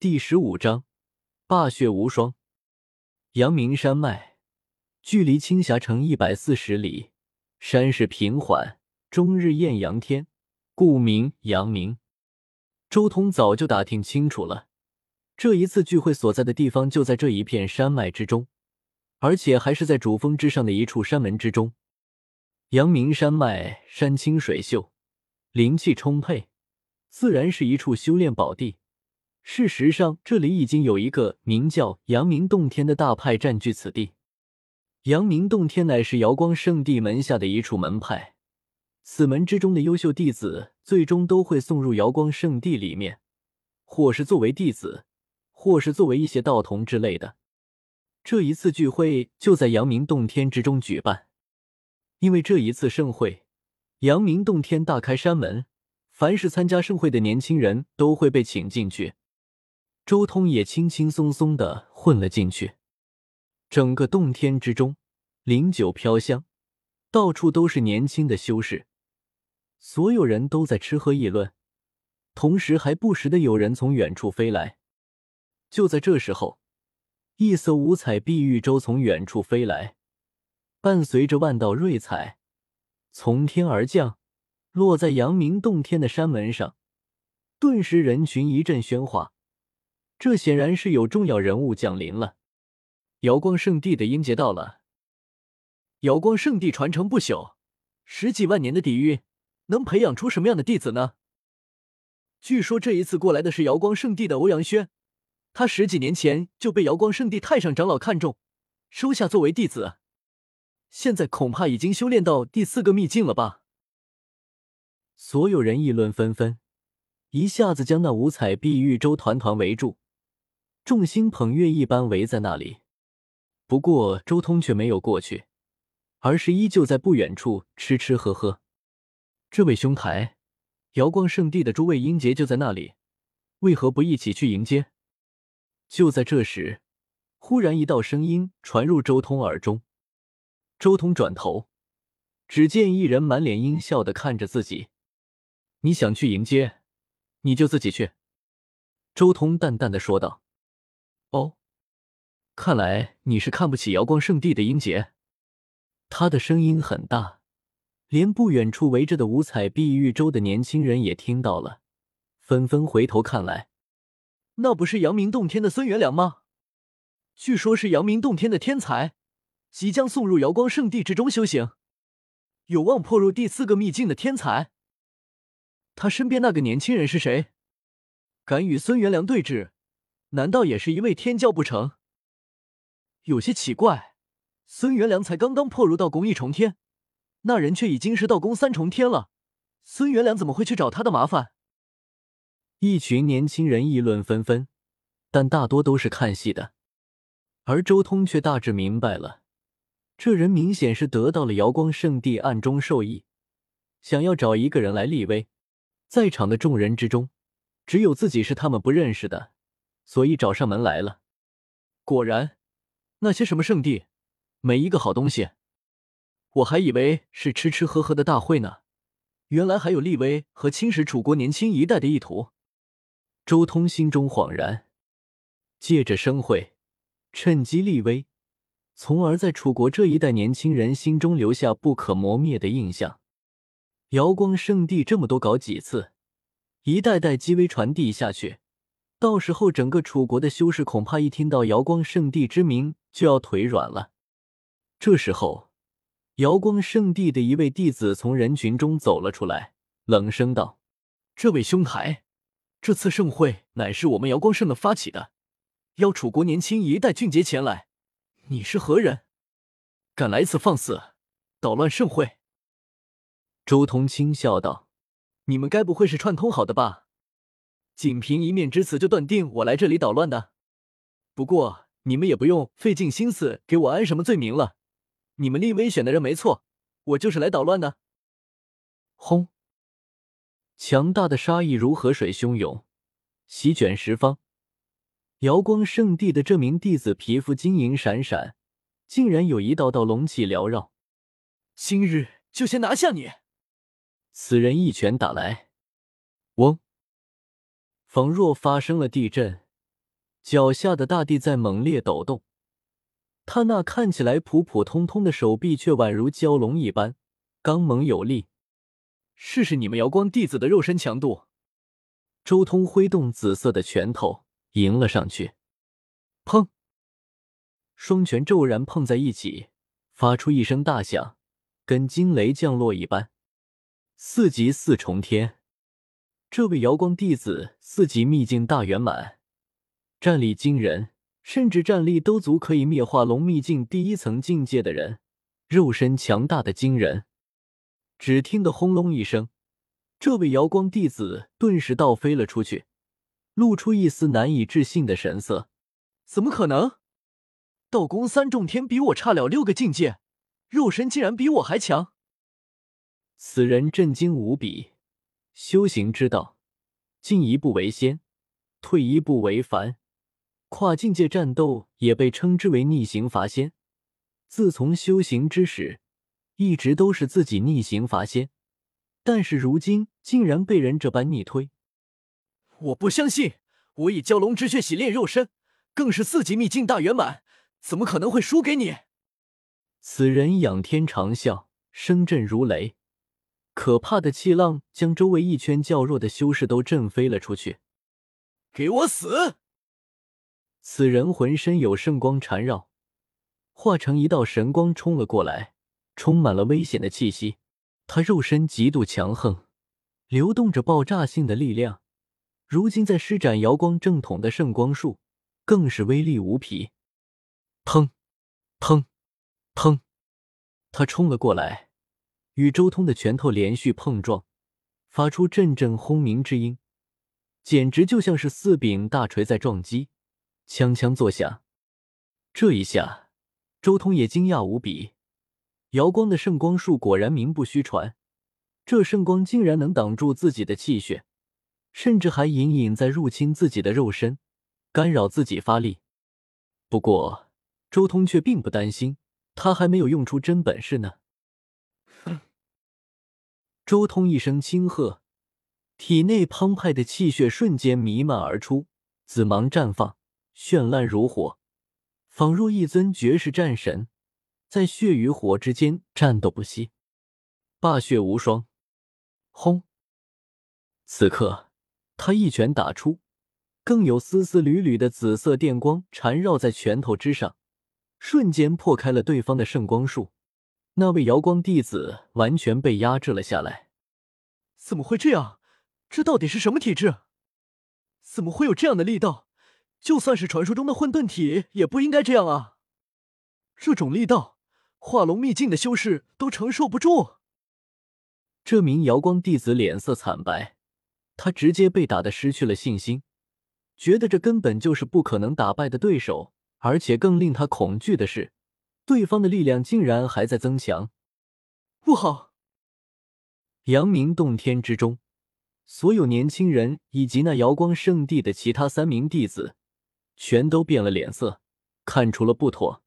第15章霸血无双。阳明山脉距离青霞城140里，山势平缓，终日艳阳天，故名阳明。周通早就打听清楚了，这一次聚会所在的地方就在这一片山脉之中，而且还是在主峰之上的一处山门之中。阳明山脉山清水秀，灵气充沛，自然是一处修炼宝地。事实上，这里已经有一个名叫阳明洞天的大派占据此地。阳明洞天乃是瑶光圣地门下的一处门派，此门之中的优秀弟子最终都会送入瑶光圣地里面，或是作为弟子，或是作为一些道童之类的。这一次聚会就在阳明洞天之中举办，因为这一次盛会，阳明洞天大开山门，凡是参加盛会的年轻人都会被请进去。周通也轻轻松松地混了进去。整个洞天之中，灵酒飘香，到处都是年轻的修士，所有人都在吃喝议论，同时还不时的有人从远处飞来。就在这时候，一艘五彩碧玉舟从远处飞来，伴随着万道瑞彩，从天而降，落在阳明洞天的山门上，顿时人群一阵喧哗。这显然是有重要人物降临了。瑶光圣地的英杰到了。瑶光圣地传承不朽，10几万年的底蕴，能培养出什么样的弟子呢？据说这一次过来的是瑶光圣地的欧阳轩，他10几年前就被瑶光圣地太上长老看中，收下作为弟子，现在恐怕已经修炼到第4个秘境了吧。所有人议论纷纷，一下子将那五彩碧玉舟团团围住，众星捧月一般围在那里。不过周通却没有过去，而是依旧在不远处吃吃喝喝。这位兄台，瑶光圣地的诸位英杰就在那里，为何不一起去迎接？就在这时，忽然一道声音传入周通耳中。周通转头，只见一人满脸阴笑地看着自己。你想去迎接，你就自己去。周通淡淡地说道。哦，看来你是看不起瑶光圣地的英杰。他的声音很大，连不远处围着的五彩碧玉舟的年轻人也听到了，纷纷回头看来。那不是阳明洞天的孙元良吗？据说是阳明洞天的天才，即将送入瑶光圣地之中修行，有望破入第4个秘境的天才。他身边那个年轻人是谁？敢与孙元良对峙，难道也是一位天骄不成？有些奇怪，孙元良才刚刚破入道宫1重天，那人却已经是道宫3重天了，孙元良怎么会去找他的麻烦？一群年轻人议论纷纷，但大多都是看戏的。而周通却大致明白了，这人明显是得到了瑶光圣地暗中授意，想要找一个人来立威。在场的众人之中，只有自己是他们不认识的，所以找上门来了。果然，那些什么圣地，没一个好东西。我还以为是吃吃喝喝的大会呢，原来还有立威和侵蚀楚国年轻一代的意图。周通心中恍然，借着盛会，趁机立威，从而在楚国这一代年轻人心中留下不可磨灭的印象。瑶光圣地这么多搞几次，一代代积威传递下去，到时候整个楚国的修士恐怕一听到瑶光圣地之名就要腿软了。这时候，瑶光圣地的一位弟子从人群中走了出来，冷声道：这位兄台，这次盛会乃是我们瑶光圣的发起的，邀楚国年轻一代俊杰前来，你是何人？敢来此放肆，捣乱盛会？周通轻笑道：你们该不会是串通好的吧？仅凭一面之词就断定我来这里捣乱的？不过你们也不用费尽心思给我安什么罪名了，你们立威选的人没错，我就是来捣乱的。轰！强大的杀意如河水汹涌，席卷十方。瑶光圣地的这名弟子皮肤晶莹闪闪，竟然有一道道龙气缭绕。今日就先拿下你！此人一拳打来，嗡！仿若发生了地震， 脚下的大地在猛烈抖动，他那看起来普普通通的手臂却宛如蛟龙一般刚猛有力。试试你们瑶光弟子的肉身强度。周通挥动紫色的拳头迎了上去，砰！双拳骤然碰在一起，发出一声大响，跟惊雷降落一般。4级4重天，这位瑶光弟子4级秘境大圆满，战力惊人，甚至战力都足可以灭化龙秘境第1层境界的人，肉身强大的惊人。只听得轰隆一声，这位瑶光弟子顿时倒飞了出去，露出一丝难以置信的神色。怎么可能？道宫3重天比我差了6个境界，肉身竟然比我还强！此人震惊无比，修行之道，进一步为仙，退一步为凡，跨境界战斗也被称之为逆行伐仙。自从修行之始，一直都是自己逆行伐仙，但是如今竟然被人这般逆推。我不相信，我以蛟龙之血洗炼肉身，更是4级秘境大圆满，怎么可能会输给你？此人仰天长啸，声震如雷，可怕的气浪将周围一圈较弱的修士都震飞了出去。给我死！此人浑身有圣光缠绕，化成一道神光冲了过来，充满了危险的气息。他肉身极度强横，流动着爆炸性的力量，如今在施展瑶光正统的圣光术，更是威力无匹。砰砰砰！他冲了过来，与周通的拳头连续碰撞，发出阵阵轰鸣之音，简直就像是4柄大锤在撞击，锵锵作响。这一下，周通也惊讶无比。瑶光的圣光术果然名不虚传，这圣光竟然能挡住自己的气血，甚至还隐隐在入侵自己的肉身，干扰自己发力。不过周通却并不担心，他还没有用出真本事呢。周通一声轻喝，体内澎湃的气血瞬间弥漫而出，紫芒绽放，绚烂如火，仿若一尊绝世战神，在血与火之间战斗不息。霸血无双！轰！此刻他一拳打出，更有丝丝缕缕的紫色电光缠绕在拳头之上，瞬间破开了对方的圣光术。那位瑶光弟子完全被压制了下来。怎么会这样？这到底是什么体质？怎么会有这样的力道？就算是传说中的混沌体也不应该这样啊！这种力道，化龙秘境的修士都承受不住。这名瑶光弟子脸色惨白，他直接被打得失去了信心，觉得这根本就是不可能打败的对手，而且更令他恐惧的是，对方的力量竟然还在增强。不好！阳明洞天之中，所有年轻人以及那瑶光圣地的其他3名弟子全都变了脸色，看出了不妥。